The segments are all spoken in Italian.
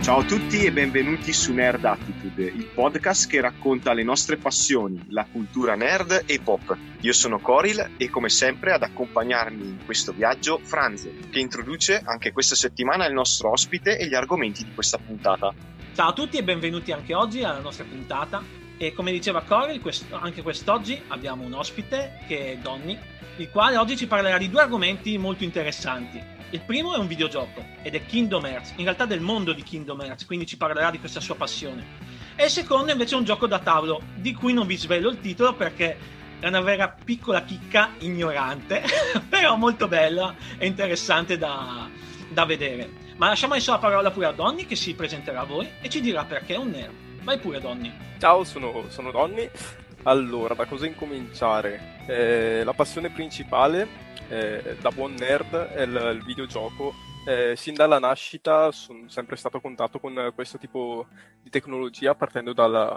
Ciao a tutti e benvenuti su Nerd Attitude, il podcast che racconta le nostre passioni, la cultura nerd e pop. Io sono Coril e come sempre ad accompagnarmi in questo viaggio Franz, che introduce anche questa settimana il nostro ospite e gli argomenti di questa puntata. Ciao a tutti e benvenuti anche oggi alla nostra puntata. E come diceva Coril, anche quest'oggi abbiamo un ospite che è Donny, il quale oggi ci parlerà di due argomenti molto interessanti. Il primo è un videogioco ed è Kingdom Hearts, in realtà del mondo di Kingdom Hearts, quindi ci parlerà di questa sua passione. E il secondo invece è un gioco da tavolo, di cui non vi svelo il titolo perché è una vera piccola chicca ignorante, però molto bella e interessante da vedere. Ma lasciamo adesso la parola pure a Donny, che si presenterà a voi e ci dirà perché è un nerd. Vai pure, Donny. Ciao, sono Donny. Allora, da cosa incominciare? La passione principale da buon nerd è il videogioco. Sin dalla nascita sono sempre stato a contatto con questo tipo di tecnologia, partendo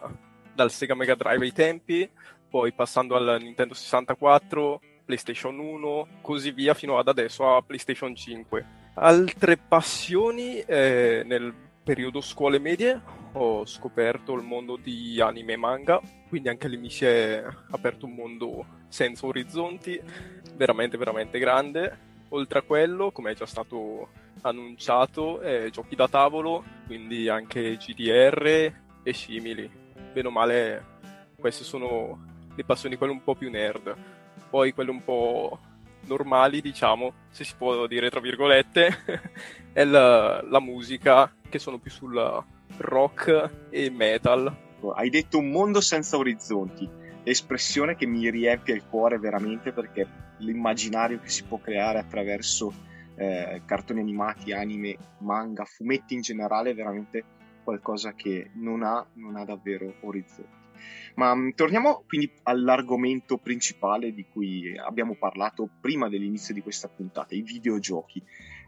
dal Sega Mega Drive ai tempi, poi passando al Nintendo 64, PlayStation 1, così via fino ad adesso a PlayStation 5. Altre passioni, nel periodo scuole medie ho scoperto il mondo di anime e manga, quindi anche lì mi si è aperto un mondo senza orizzonti, veramente veramente grande. Oltre a quello, come è già stato annunciato, giochi da tavolo, quindi anche GDR e simili. Bene o male, queste sono le passioni, quelle un po' più nerd. Poi quelle un po' normali, diciamo, se si può dire tra virgolette, è la musica, che sono più sul rock e metal. Hai detto un mondo senza orizzonti, espressione che mi riempie il cuore veramente, perché l'immaginario che si può creare attraverso cartoni animati, anime, manga, fumetti in generale è veramente qualcosa che non ha davvero orizzonti. Ma torniamo quindi all'argomento principale di cui abbiamo parlato prima dell'inizio di questa puntata, i videogiochi.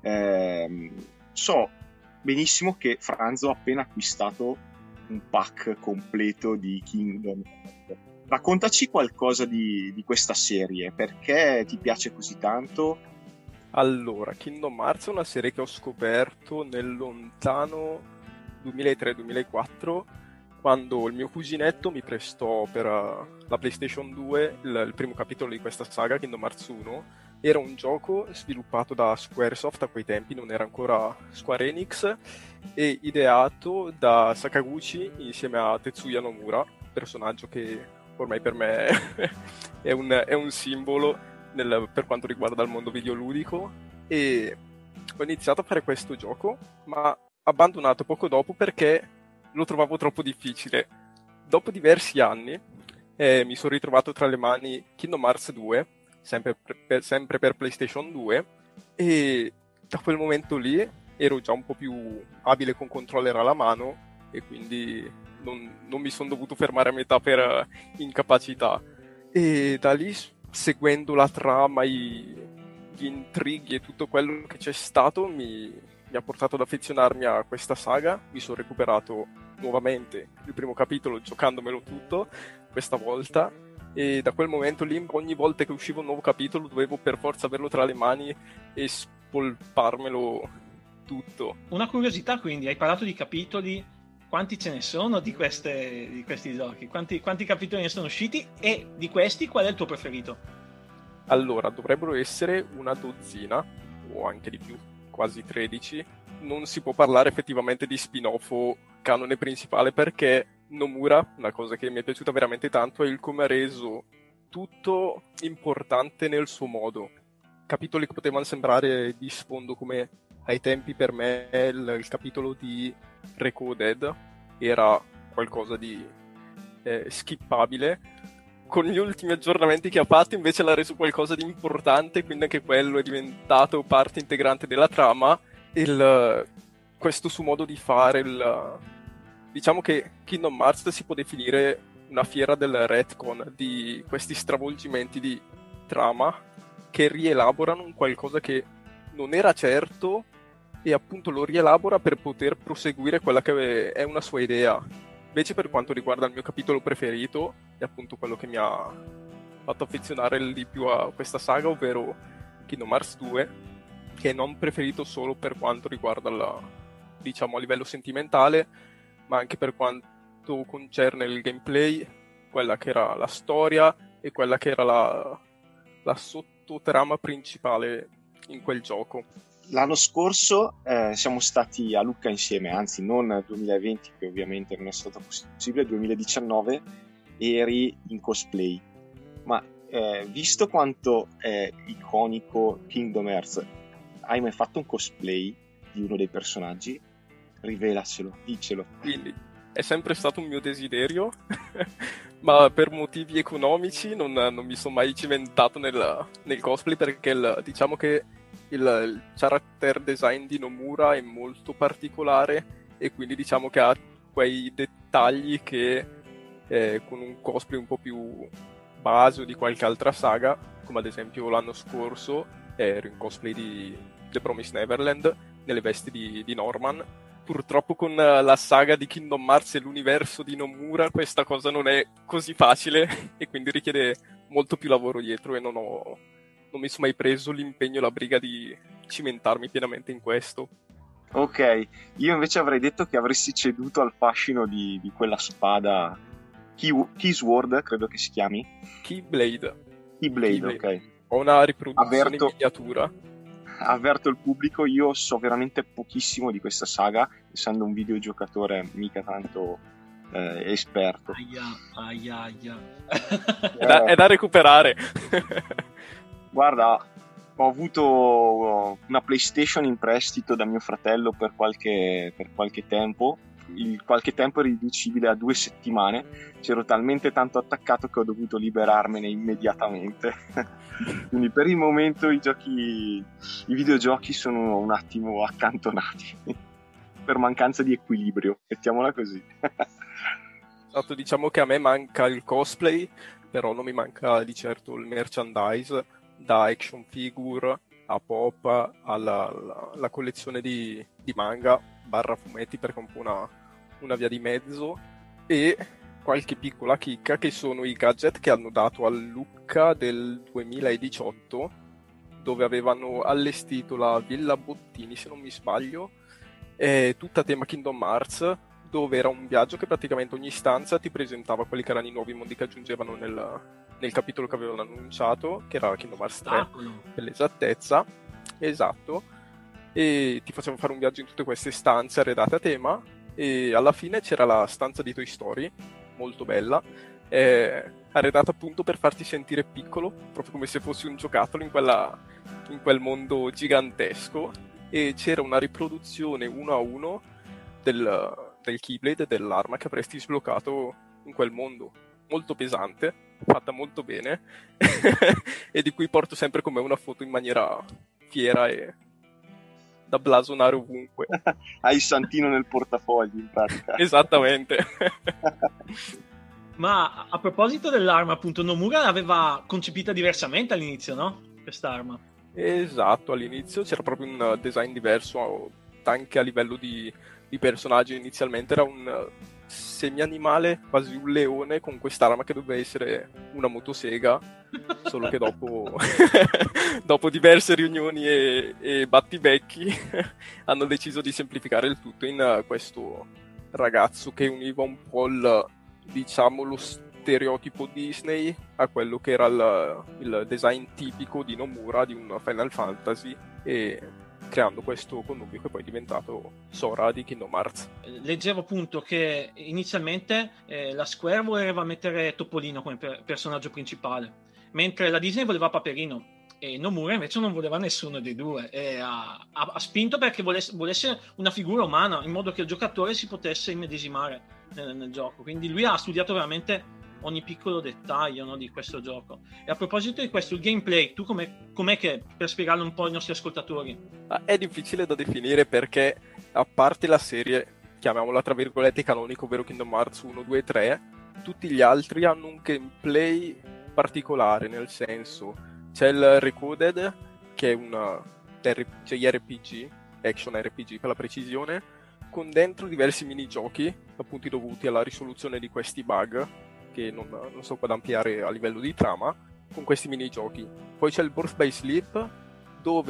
So benissimo che Franzo ha appena acquistato un pack completo di Kingdom Hearts. Raccontaci qualcosa di questa serie, perché ti piace così tanto? Allora, Kingdom Hearts è una serie che ho scoperto nel lontano 2003-2004, quando il mio cuginetto mi prestò per la PlayStation 2 il primo capitolo di questa saga, Kingdom Hearts 1. Era un gioco sviluppato da Squaresoft, a quei tempi non era ancora Square Enix, e ideato da Sakaguchi insieme a Tetsuya Nomura, personaggio che ormai per me è un simbolo per quanto riguarda il mondo videoludico. E ho iniziato a fare questo gioco, ma abbandonato poco dopo perché lo trovavo troppo difficile. Dopo diversi anni mi sono ritrovato tra le mani Kingdom Hearts 2, sempre per PlayStation 2, e da quel momento lì ero già un po' più abile con controller alla mano e quindi non mi sono dovuto fermare a metà per incapacità. E da lì, seguendo la trama, gli intrighi e tutto quello che c'è stato, mi ha portato ad affezionarmi a questa saga. Mi sono recuperato nuovamente il primo capitolo giocandomelo tutto questa volta, e da quel momento lì ogni volta che usciva un nuovo capitolo dovevo per forza averlo tra le mani e spolparmelo tutto. Una curiosità, quindi, hai parlato di capitoli, quanti ce ne sono di questi giochi? Quanti capitoli ne sono usciti, e di questi qual è il tuo preferito? Allora, dovrebbero essere una dozzina o anche di più, quasi 13. Non si può parlare effettivamente di spin-off o canone principale, perché Nomura, una cosa che mi è piaciuta veramente tanto, è il come ha reso tutto importante nel suo modo. Capitoli che potevano sembrare di sfondo, come ai tempi per me il capitolo di Recoded era qualcosa di skippabile. Con gli ultimi aggiornamenti che ha fatto invece l'ha reso qualcosa di importante, quindi anche quello è diventato parte integrante della trama. Questo suo modo di fare, diciamo che Kingdom Hearts si può definire una fiera del retcon, di questi stravolgimenti di trama che rielaborano un qualcosa che non era certo, e appunto lo rielabora per poter proseguire quella che è una sua idea. Invece per quanto riguarda il mio capitolo preferito, è appunto quello che mi ha fatto affezionare di più a questa saga, ovvero Kingdom Hearts 2, che è non preferito solo per quanto riguarda diciamo a livello sentimentale, ma anche per quanto concerne il gameplay, quella che era la storia e quella che era la sottotrama principale in quel gioco. L'anno scorso siamo stati a Lucca insieme, anzi non 2020 che ovviamente non è stato possibile, 2019 eri in cosplay, ma visto quanto è iconico Kingdom Hearts, hai mai fatto un cosplay di uno dei personaggi? Rivelacelo, dicelo. Quindi è sempre stato un mio desiderio, ma per motivi economici non mi sono mai cimentato nel cosplay, perché diciamo che il character design di Nomura è molto particolare e quindi diciamo che ha quei dettagli che con un cosplay un po' più base o di qualche altra saga, come ad esempio l'anno scorso ero in cosplay di The Promised Neverland nelle vesti di Norman. Purtroppo con la saga di Kingdom Hearts e l'universo di Nomura questa cosa non è così facile e quindi richiede molto più lavoro dietro e non mi sono mai preso l'impegno e la briga di cimentarmi pienamente in questo. Ok, io invece avrei detto che avresti ceduto al fascino di quella spada Keysword, credo che si chiami. Keyblade, Ok. ho una riproduzione in miniatura. Avverto il pubblico, io so veramente pochissimo di questa saga, essendo un videogiocatore mica tanto esperto. Aia. È da recuperare. Guarda, ho avuto una PlayStation in prestito da mio fratello per qualche tempo. Il qualche tempo è riducibile a 2 settimane. C'ero talmente tanto attaccato che ho dovuto liberarmene immediatamente. Quindi per il momento i videogiochi sono un attimo accantonati per mancanza di equilibrio, mettiamola così. Esatto, diciamo che a me manca il cosplay, però non mi manca di certo il merchandise, da action figure a pop alla collezione di manga / fumetti, perché è un po' una via di mezzo, e qualche piccola chicca che sono i gadget che hanno dato a Lucca del 2018, dove avevano allestito la Villa Bottini, se non mi sbaglio, tutta a tema Kingdom Hearts, dove era un viaggio che praticamente ogni stanza ti presentava quelli che erano i nuovi mondi che aggiungevano nel capitolo che avevano annunciato, che era Kingdom Hearts 3 per l'esattezza, esatto, e ti facevano fare un viaggio in tutte queste stanze arredate a tema, e alla fine c'era la stanza di Toy Story, molto bella, arredata appunto per farti sentire piccolo, proprio come se fossi un giocattolo in quel mondo gigantesco, e c'era una riproduzione 1-1 del Keyblade, dell'arma che avresti sbloccato in quel mondo, molto pesante, fatta molto bene e di cui porto sempre con me una foto in maniera fiera e da blasonare ovunque. Hai il santino nel portafoglio in pratica. Esattamente. Ma a proposito dell'arma, appunto, Nomura l'aveva concepita diversamente all'inizio, no? Quest'arma. Esatto, all'inizio c'era proprio un design diverso anche a livello di personaggio. Inizialmente era un semi-animale, quasi un leone, con quest'arma che doveva essere una motosega, solo che dopo diverse riunioni e battibecchi hanno deciso di semplificare il tutto in questo ragazzo che univa un po' diciamo lo stereotipo Disney a quello che era il design tipico di Nomura di un Final Fantasy, e creando questo connubio che poi è diventato Sora di Kingdom Hearts. Leggevo appunto che inizialmente la Square voleva mettere Topolino come personaggio principale, mentre la Disney voleva Paperino, e Nomura invece non voleva nessuno dei due, e ha spinto perché volesse una figura umana, in modo che il giocatore si potesse immedesimare nel gioco. Quindi lui ha studiato veramente ogni piccolo dettaglio, no, di questo gioco. E a proposito di questo, il gameplay, tu com'è che, per spiegarlo un po' ai nostri ascoltatori? È difficile da definire perché, a parte la serie, chiamiamola tra virgolette canonico, ovvero Kingdom Hearts 1, 2, 3, tutti gli altri hanno un gameplay particolare, nel senso c'è il Recoded, che è un JRPG, action RPG per la precisione, con dentro diversi minigiochi, appunto dovuti alla risoluzione di questi bug, che non so qua da ampliare a livello di trama, con questi minigiochi. Poi c'è il Birth by Sleep, dove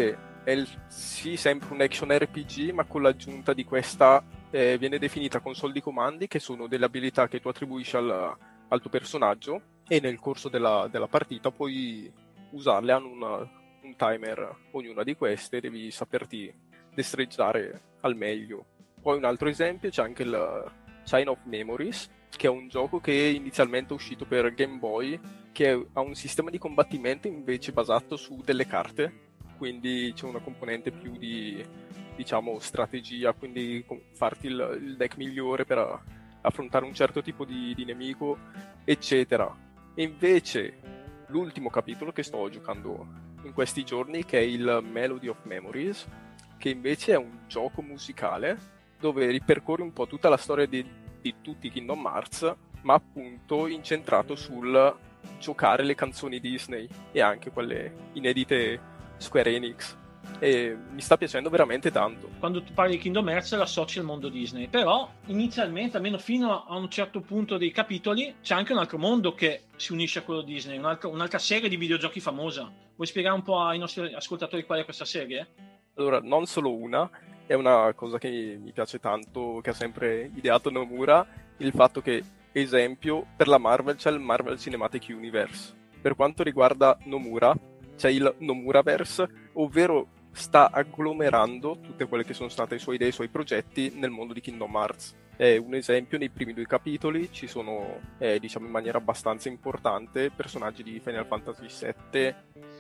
sì, sempre un action RPG, ma con l'aggiunta di questa viene definita console di comandi, che sono delle abilità che tu attribuisci al tuo personaggio, e nel corso della partita puoi usarle. Hanno un timer ognuna di queste, devi saperti destreggiare al meglio. Poi un altro esempio c'è anche il Chain of Memories, che è un gioco che inizialmente è uscito per Game Boy, che ha un sistema di combattimento invece basato su delle carte, quindi c'è una componente più di, diciamo, strategia, quindi farti il deck migliore per affrontare un certo tipo di nemico, eccetera. E invece l'ultimo capitolo che sto giocando in questi giorni, che è il Melody of Memories, che invece è un gioco musicale dove ripercorre un po' tutta la storia di tutti i Kingdom Hearts, ma appunto incentrato sul giocare le canzoni Disney e anche quelle inedite Square Enix. E mi sta piacendo veramente tanto. Quando tu parli di Kingdom Hearts l'associ al mondo Disney, però inizialmente, almeno fino a un certo punto dei capitoli, c'è anche un altro mondo che si unisce a quello Disney, un'altra serie di videogiochi famosa. Vuoi spiegare un po' ai nostri ascoltatori qual è questa serie? Allora, non solo una, è una cosa che mi piace tanto, che ha sempre ideato Nomura, il fatto che, esempio, per la Marvel c'è il Marvel Cinematic Universe. Per quanto riguarda Nomura, c'è il Nomuraverse, ovvero sta agglomerando tutte quelle che sono state le sue idee, i suoi progetti nel mondo di Kingdom Hearts. È un esempio, nei primi 2 capitoli ci sono, diciamo in maniera abbastanza importante, personaggi di Final Fantasy VII,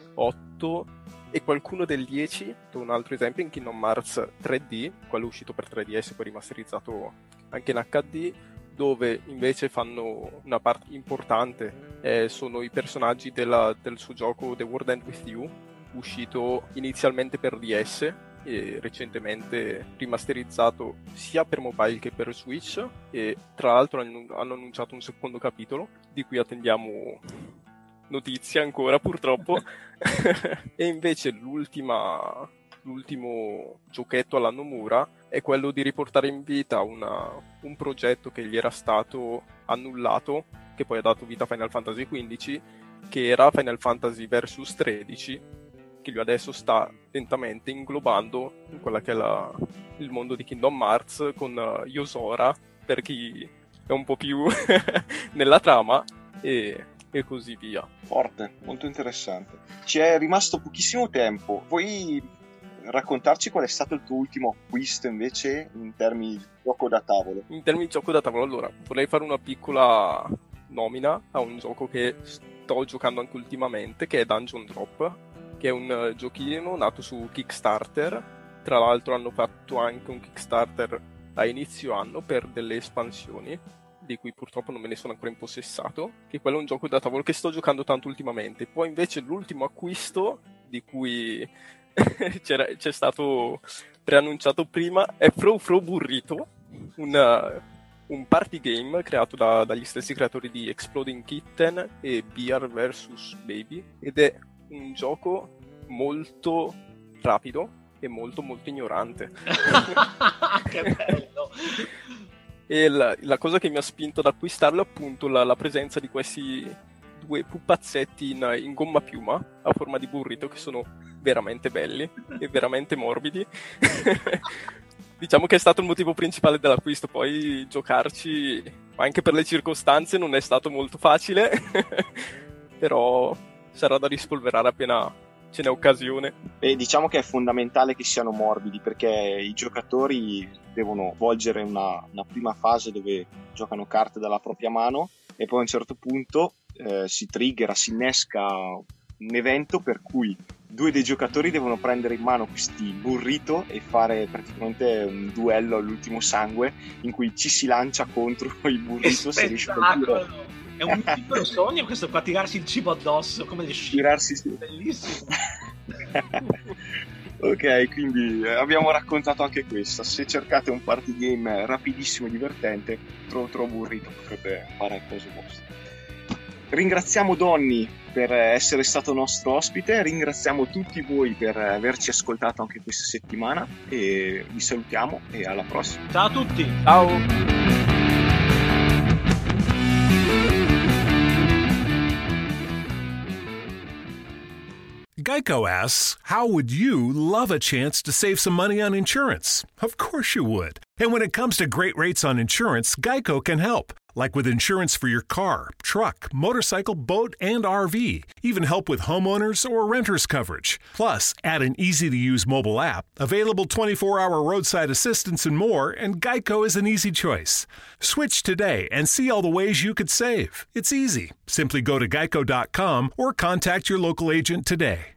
8 e qualcuno del 10, un altro esempio in Kingdom Hearts 3D, quello uscito per 3DS poi rimasterizzato anche in HD, dove invece fanno una parte importante, sono i personaggi del suo gioco The World End With You, uscito inizialmente per DS e recentemente rimasterizzato sia per mobile che per Switch, e tra l'altro hanno annunciato un secondo capitolo di cui attendiamo notizie ancora purtroppo. E invece l'ultimo giochetto alla Nomura è quello di riportare in vita un progetto che gli era stato annullato, che poi ha dato vita a Final Fantasy XV, che era Final Fantasy Versus 13, che lui adesso sta lentamente inglobando in quella che è il mondo di Kingdom Hearts, con Yosora, per chi è un po' più nella trama, e così via. Forte, molto interessante. Ci è rimasto pochissimo tempo. Vuoi raccontarci qual è stato il tuo ultimo acquisto invece in termini di gioco da tavolo? In termini di gioco da tavolo, allora, vorrei fare una piccola nomina a un gioco che sto giocando anche ultimamente, che è Dungeon Drop, che è un giochino nato su Kickstarter. Tra l'altro hanno fatto anche un Kickstarter a inizio anno per delle espansioni, di cui purtroppo non me ne sono ancora impossessato, che quello è un gioco da tavolo che sto giocando tanto ultimamente. Poi invece l'ultimo acquisto, di cui c'è stato preannunciato prima, è Fro Burrito, un party game creato dagli stessi creatori di Exploding Kitten e Bear vs Baby, ed è un gioco molto rapido e molto molto ignorante. Che bello! E la cosa che mi ha spinto ad acquistarlo è appunto la presenza di questi 2 pupazzetti in gomma piuma a forma di burrito, che sono veramente belli e veramente morbidi. Diciamo che è stato il motivo principale dell'acquisto. Poi giocarci, anche per le circostanze, non è stato molto facile, però sarà da rispolverare appena ce n'è occasione. E diciamo che è fondamentale che siano morbidi, perché i giocatori devono svolgere una prima fase dove giocano carte dalla propria mano, e poi a un certo punto si innesca un evento per cui 2 dei giocatori devono prendere in mano questi burrito e fare praticamente un duello all'ultimo sangue, in cui ci si lancia contro il burrito. Se riesce a colpire. È un piccolo sogno questo qua, tirarsi il cibo addosso come le sci. Bellissimo. Ok, quindi abbiamo raccontato anche questo. Se cercate un party game rapidissimo e divertente, Tro Burrito potrebbe fare al caso vostro. Ringraziamo Donny per essere stato nostro ospite, ringraziamo tutti voi per averci ascoltato anche questa settimana, e vi salutiamo e alla prossima. Ciao a tutti. Ciao. Geico asks, how would you love a chance to save some money on insurance? Of course you would. And when it comes to great rates on insurance, Geico can help. Like with insurance for your car, truck, motorcycle, boat, and RV. Even help with homeowners or renters coverage. Plus, add an easy-to-use mobile app, available 24-hour roadside assistance and more, and Geico is an easy choice. Switch today and see all the ways you could save. It's easy. Simply go to geico.com or contact your local agent today.